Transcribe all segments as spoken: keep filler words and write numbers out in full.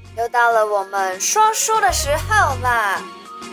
又到了我们说书的时候啦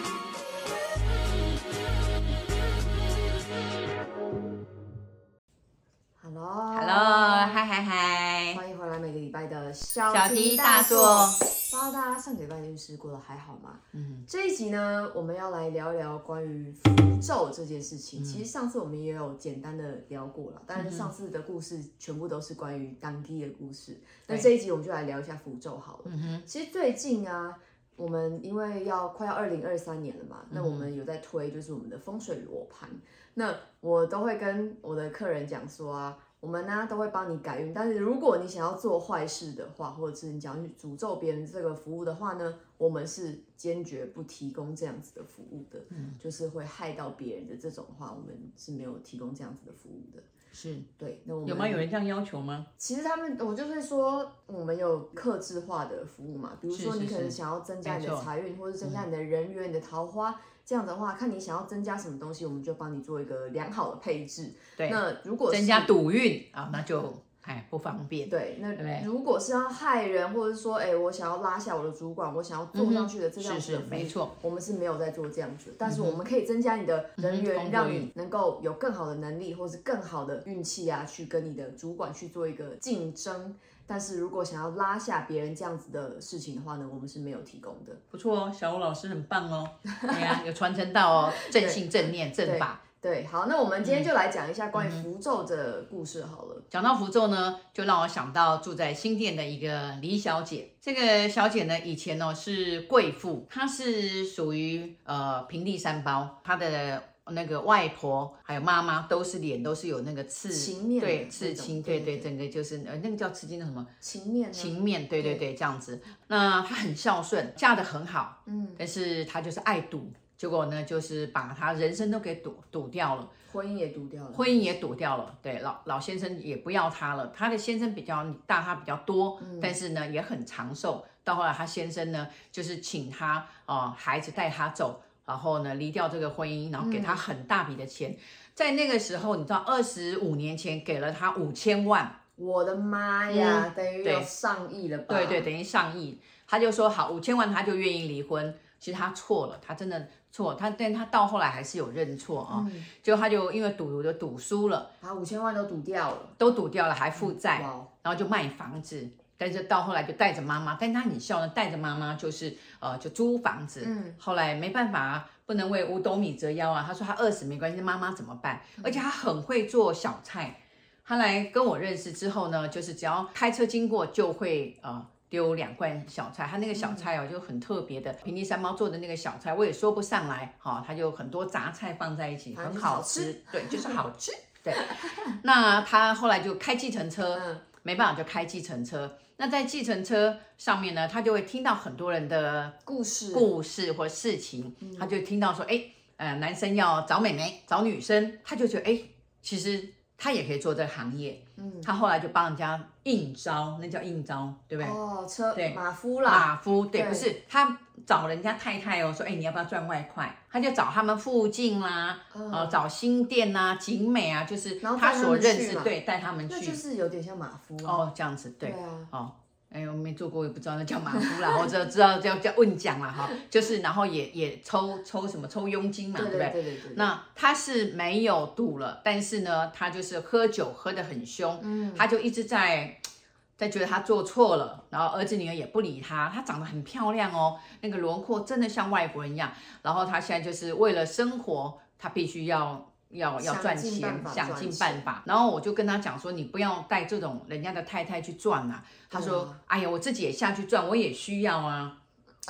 ！Hello， Hello， 嗨嗨嗨， 欢迎回来每个礼拜的小小题大做。 不知道大家上个礼拜的运势过得还好吗？ 嗯， 这一集呢，我们要来聊一聊关于符咒这件事情。嗯、其实上次我们也有简单的聊过了，但是上次的故事全部都是关于当地的故事。那这一集我们就来聊一下符咒好了。嗯、其实最近啊，我们因为要快要二零二三年了嘛，那我们有在推就是我们的风水罗盘。那我都会跟我的客人讲说啊。我们呢都会帮你改运，但是如果你想要做坏事的话，或者是你想要去诅咒别人这个服务的话呢，我们是坚决不提供这样子的服务的。嗯，就是会害到别人的这种话，我们是没有提供这样子的服务的。 是， 对。那我们有吗？有人这样要求吗？ 其实他们，我就会说，我们有客制化的服务嘛，比如说你可能想要增加你的财运，或者增加你的人缘、嗯、你的桃花。这样的话，看你想要增加什么东西，我们就帮你做一个良好的配置。 对， 那如果增加赌运啊，那就哎不方便。 对，那如果是要害人，或者是说，哎，我想要拉下我的主管，我想要做上去的这样子的服务， 是是没错， 我们是没有在做这样子，但是我们可以增加你的人缘，嗯、让你能够有更好的能力，或是更好的运气啊，去跟你的主管去做一个竞争。但是如果想要拉下别人这样子的事情的话呢，我们是没有提供的。 不错哦，小吴老师很棒哦，对呀、啊，有传承到哦，正信正念正法。 对，好，那我们今天就来讲一下关于符咒的故事好了。 讲、嗯、到符咒呢，就让我想到住在新店的一个李小姐。这个小姐呢，以前呢是贵妇，她是属于呃平地三包，她的那个外婆还有妈妈都是脸都是有那个刺青面， 对，刺青，对对，整个就是呃那个叫刺青的什么情面， 情面，对对对，这样子。那她很孝顺，嫁得很好，嗯，但是她就是爱赌。结果呢，就是把他人生都给赌赌掉了， 婚姻也赌掉了， 婚姻也赌掉了。对，老老先生也不要他了，他的先生比较大他比较多，嗯、但是呢也很长寿。到后来他先生呢，就是请他啊、呃、孩子带他走，然后呢离掉这个婚姻，然后给他很大笔的钱。嗯、在那个时候，你知道，二十五年前给了他五千万， 我的妈呀，嗯、等于有上亿了吧？ 对对，等于上亿。他就说好，五千万他就愿意离婚。其实他错了，他真的错，他但他到后来还是有认错啊。嗯、结果他就因为赌就赌输了， 把五千万都赌掉了， 都赌掉了，还负债，嗯、然后就卖房子。但是到后来就带着妈妈，但他很孝呢，带着妈妈就是呃就租房子。嗯，后来没办法啊，不能为五斗米折腰啊。他说他饿死没关系，妈妈怎么办？嗯、而且他很会做小菜。他来跟我认识之后呢，就是只要开车经过就会呃。丢两罐小菜，他那个小菜哦就很特别的，平地三猫做的那个小菜，我也说不上来，哈、哦，它就很多杂菜放在一起，很好吃，对，就是好吃，对。那他后来就开计程车，嗯、没办法就开计程车。那在计程车上面呢，他就会听到很多人的故事、 故事或事情，嗯、他就听到说，哎，呃，男生要找妹妹，找女生，他就觉得，哎，其实。他也可以做这个行业，嗯，他后来就帮人家应招，那叫应招，对不对？ 哦，车对马夫啦， 马夫对，对不是他找人家太太哦，说哎你要不要赚外快？他就找他们附近啦，哦、呃，找新店啦、景美啊，就是他所认识，对，带他们去， 那就是有点像马夫啊。 哦，这样子，对， 对啊， 哦。哎，我没做过，也不知道那叫马夫啦，我只知道叫叫问奖啦哈，就是然后也也抽抽什么抽佣金嘛，对不对？ 对对对对。 那他是没有赌了，但是呢，他就是喝酒喝得很凶，嗯，他就一直在在觉得他做错了，然后儿子女儿也不理他，他长得很漂亮哦，那个轮廓真的像外国人一样，然后他现在就是为了生活，他必须要。要要赚钱，想尽办法。然后我就跟他讲说，你不要带这种人家的太太去赚啊。他说，嗯、哎呀，我自己也下去赚，我也需要啊。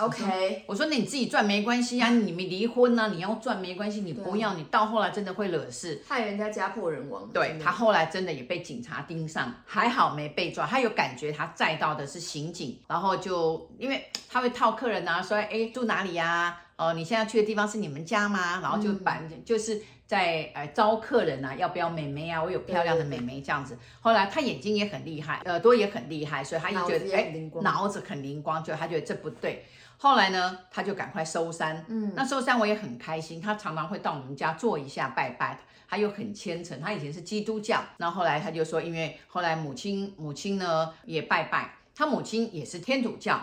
OK， 我说那你自己赚没关系啊，你们离婚啊，你要赚没关系，你不要，你到后来真的会惹事， 害人家家破人亡。 对，他后来真的也被警察盯上，还好没被抓。他有感觉他载到的是刑警，然后就因为他会套客人啊，说哎住哪里呀、啊？哦，你现在去的地方是你们家吗？然后就把、嗯、就是在呃招客人啊，要不要妹妹啊？我有漂亮的妹妹这样子。后来他眼睛也很厉害，耳朵也很厉害，所以他就觉得哎脑子很灵光，就他觉得这不对。后来呢，他就赶快收山。嗯，那收山我也很开心，他常常会到我们家坐一下拜拜。他又很虔诚，他以前是基督教，然后后来他就说，因为后来母亲母亲呢也拜拜，他母亲也是天主教。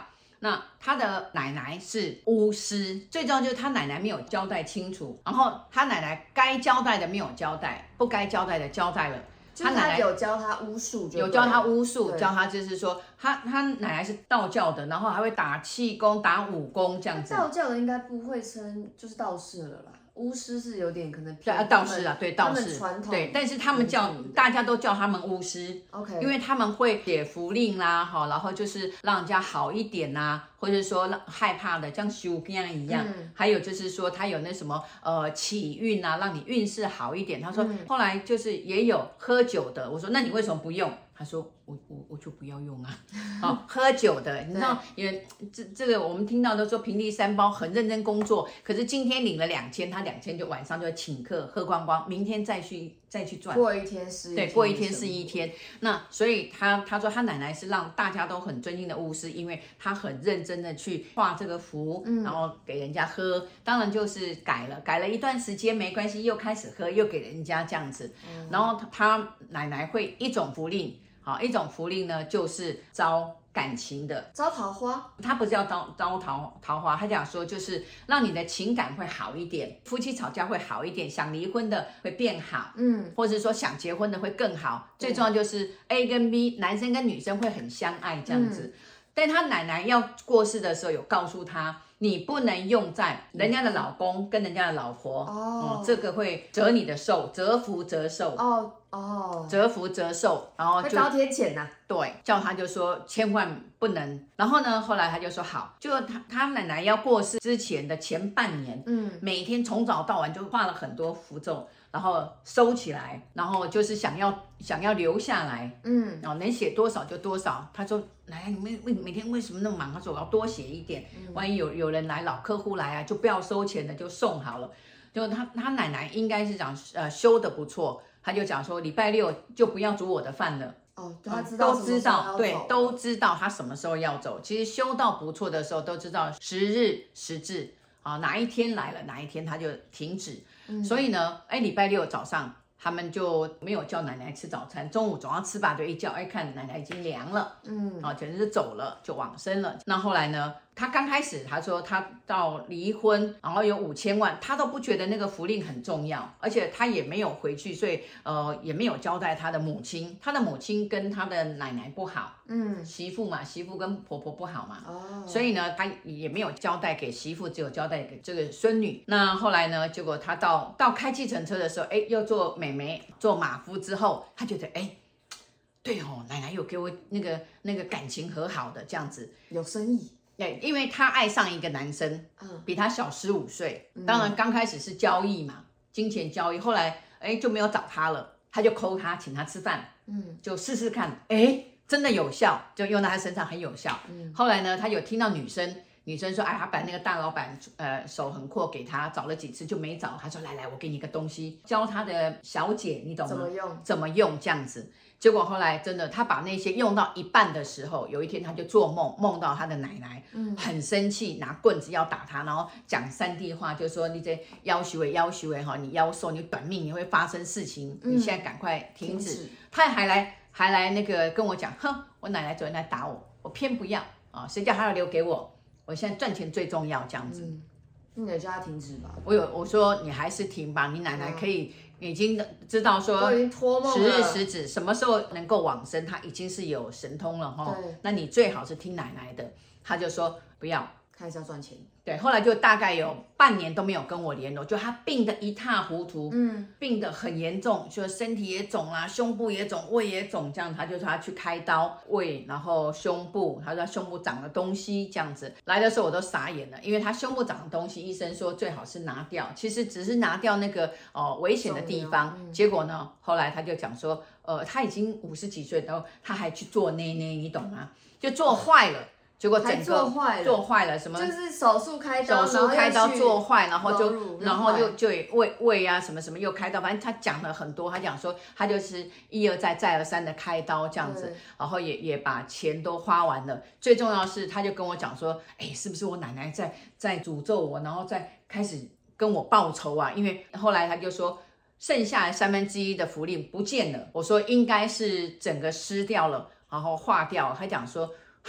那他的奶奶是巫师，最重要就是他奶奶没有交代清楚，然后他奶奶该交代的没有交代，不该交代的交代了。 他奶奶有教他巫术， 有教他巫术，教他就是说，他他奶奶是道教的，然后还会打气功、打武功这样子。 道教的应该不会称就是道士了啦。巫师是有点可能对啊，道士啊，对道士， 传统对，但是他们叫大家都叫他们巫师 ，OK， 因为他们会写符令啦，哈，然后就是让人家好一点呐、啊，或者说让害怕的像修边一样，嗯、还有就是说他有那什么呃起运啊，让你运势好一点。他说、嗯、后来就是也有喝酒的，我说那你为什么不用？他说我我我就不要用啊，哦，喝酒的，你知道，因为这这个我们听到都说平地三包很认真工作，可是今天领了两千，他两千就晚上就要请客喝光光，明天再去再去赚， 过一天是一天， 对，过一天是一天。那所以他他说他奶奶是让大家都很尊敬的巫师，因为他很认真的去画这个符，嗯、然后给人家喝，当然就是改了，改了一段时间没关系，又开始喝，又给人家这样子，嗯、然后他奶奶会一种符令。好，一种符令呢，就是招感情的， 招桃花。 他不是要招招桃桃花，他讲说就是让你的情感会好一点，夫妻吵架会好一点，想离婚的会变好，嗯，或者说想结婚的会更好。最重要就是 A 跟 B， 男生跟女生会很相爱这样子。嗯、但他奶奶要过世的时候，有告诉他。你不能用在人家的老公跟人家的老婆，哦、嗯，这个会折你的寿，折福折寿，哦哦，折福折寿，然后就会遭天谴呐。 对，叫他就说千万不能。然后呢，后来他就说好，就他他奶奶要过世之前的前半年，嗯，每天从早到晚就画了很多符咒。然后收起来，然后就是想要想要留下来，嗯，然后能写多少就多少。他说：“奶奶，你们为每天为什么那么忙？”他说：“我要多写一点，嗯、万一有有人来老客户来啊，就不要收钱的，就送好了。”就他他奶奶应该是讲呃修的不错，他就讲说礼拜六就不要煮我的饭了。 哦，他知道、嗯、 都知道，对，都知道他什么时候要走。其实修到不错的时候，都知道时日时至啊，哪一天来了，哪一天他就停止。嗯、所以呢，哎，礼拜六早上他们就没有叫奶奶吃早餐，中午总要吃吧，就一叫，哎，看奶奶已经凉了，嗯，啊，简直是走了，就往生了。那后来呢？他刚开始他说他到离婚，然后有五千万，他都不觉得那个符令很重要，而且他也没有回去，所以呃也没有交代他的母亲，他的母亲跟他的奶奶不好，嗯，媳妇嘛，媳妇跟婆婆不好嘛，哦，所以呢他也没有交代给媳妇，只有交代给这个孙女。那后来呢，结果他到到开计程车的时候，哎，又做美眉做马夫之后，他觉得哎。对哦，奶奶有给我那个那个感情和好的这样子， 有生意。 对，因为他爱上一个男生，嗯，比他小十五岁。当然刚开始是交易嘛，金钱交易，后来哎就没有找他了，他就抠他，请他吃饭，嗯，就试试看，哎，真的有效，就用在他身上很有效。嗯，后来呢，他有听到女生。女生说：“哎，他把那个大老板，呃，手很阔，给他找了几次就没找。他说：来来，我给你个东西，教他的小姐，你懂吗？ 怎么用？ 怎么用这样子？结果后来真的，他把那些用到一半的时候，有一天他就做梦，梦到他的奶奶，嗯，很生气，拿棍子要打他，然后讲三地话，就说你这夭寿诶，夭寿诶哈，你夭寿，你短命，你会发生事情，嗯、你现在赶快停止。停止他还来还来那个跟我讲，哼，我奶奶昨天来打我，我偏不要啊，谁叫他要留给我？”我现在赚钱最重要，这样子。嗯， 你得叫他停止吧。 我有我说你还是停吧，你奶奶可以、嗯、已经知道说， 都已经托梦了， 时日时指，什么时候能够往生，他已经是有神通了哈。那你最好是听奶奶的。他就说不要， 开始要赚钱。 对，后来就大概有半年都没有跟我联络，就他病得一塌糊涂，嗯，病得很严重，就身体也肿啦、啊，胸部也肿，胃也肿，这样他就说他去开刀，胃，然后胸部，他说他胸部长了东西，这样子来的时候我都傻眼了，因为他胸部长的东西，医生说最好是拿掉，其实只是拿掉那个哦危险的地方，嗯、结果呢，后来他就讲说，呃，他已经五十几岁，然后他还去做内内，你懂吗？就做坏了。结果整个做坏了， 做坏了什么？ 就是手术开刀， 手术开刀做坏，然后就然后就就胃胃啊什么什么又开刀，反正他讲了很多，他讲说他就是一而再再而三的开刀这样子，然后也也把钱都花完了。最重要的是，他就跟我讲说，哎，是不是我奶奶在在诅咒我，然后再开始跟我报仇啊？因为后来他就说，剩下三分之一的福利不见了。我说应该是整个失掉了，然后化掉了。他讲说，哈。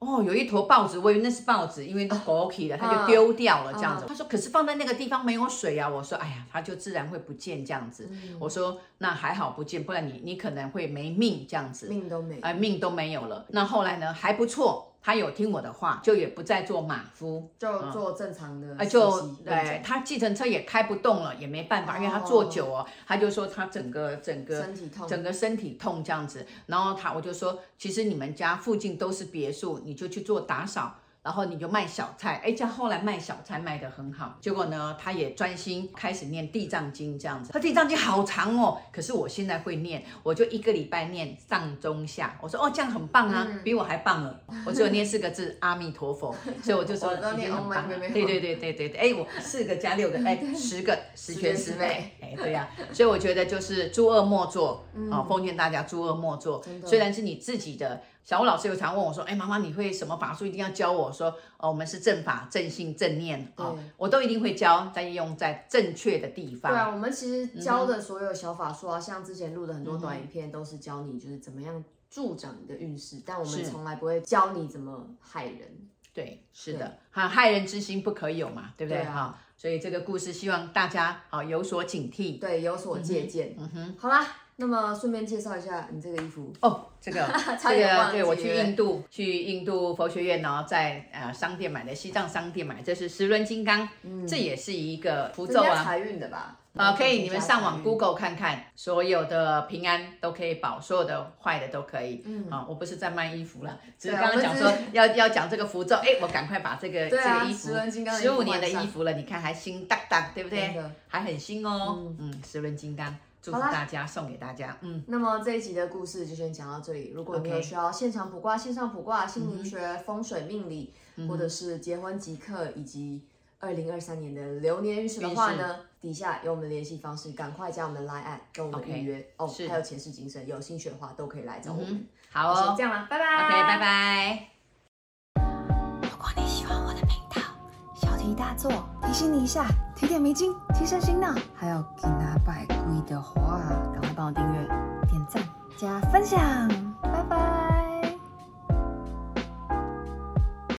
哦，有一坨报纸，我以为那是报纸，因为狗起了，他就丢掉了这样子。他说，可是放在那个地方没有水啊。我说，哎呀，它就自然会不见这样子。嗯、我说，那还好不见，不然你你可能会没命这样子， 命都没， 哎、呃，命都没有了。那后来呢，还不错。他有听我的话，就也不再做马夫， 就做正常的、 嗯，就对，他计程车也开不动了，也没办法，哦、因为他坐久哦，他就说他整个整个身体痛， 整个身体痛这样子。然后他我就说，其实你们家附近都是别墅，你就去做打扫。然后你就卖小菜，哎，这样后来卖小菜卖得很好。结果呢，他也专心开始念地藏经这样子。他地藏经好长哦，可是我现在会念，我就一个礼拜念上中下。我说哦，这样很棒啊，嗯、比我还棒了。我只有念四个字阿弥陀佛，所以我就说已经很棒了。对对对对对对，哎，我四个加六个，哎，十个十全十美，哎，对呀、啊。所以我觉得就是诸恶莫作，嗯、哦，奉劝大家诸恶莫作。虽然是你自己的。小吴老师有常问我说：“哎，妈妈，你会什么法术？一定要教我说，哦，我们是正法、正信、正念哦，我都一定会教，但用在正确的地方。” 对啊，我们其实教的所有小法术啊，嗯、像之前录的很多短影片，都是教你就是怎么样助长你的运势，但我们从来不会教你怎么害人。 对，是的，哈，害人之心不可有嘛，对不对？哈、啊，所以这个故事希望大家啊有所警惕， 对，有所借鉴。嗯哼，好啦。那么顺便介绍一下你这个衣服哦，这个这个对我去印度去印度佛学院，然后在呃商店买的，西藏商店买，这是十轮金刚，嗯、这也是一个符咒啊， 财运的吧？ 啊、呃，可以，你们上网 Google 看看，所有的平安都可以保，所有的坏的都可以。嗯，啊，我不是在卖衣服啦，只是刚刚讲说要要讲这个符咒，哎，我赶快把这个、啊、这个衣服，十五年的衣服了，你看还新哒哒，对不对？还很新哦。嗯嗯，十轮金刚。祝福大家，送给大家。嗯， 那么这一集的故事就先讲到这里。如果你有需要现场卜卦、线上卜卦、心理学、嗯、风水命理，嗯、或者是结婚吉课以及二零二三年的流年运势的话呢，底下有我们的联系方式，赶快加我们的 Line 跟我们预约、okay, 哦。还有前世今生，有兴趣的话都可以来找我们。嗯、 好哦， 先这样了，拜拜。 OK， 拜拜。 如果你喜欢我的频道，小题大做，提醒你一下，提点迷津，提升心脑，还有给拿百贵的话。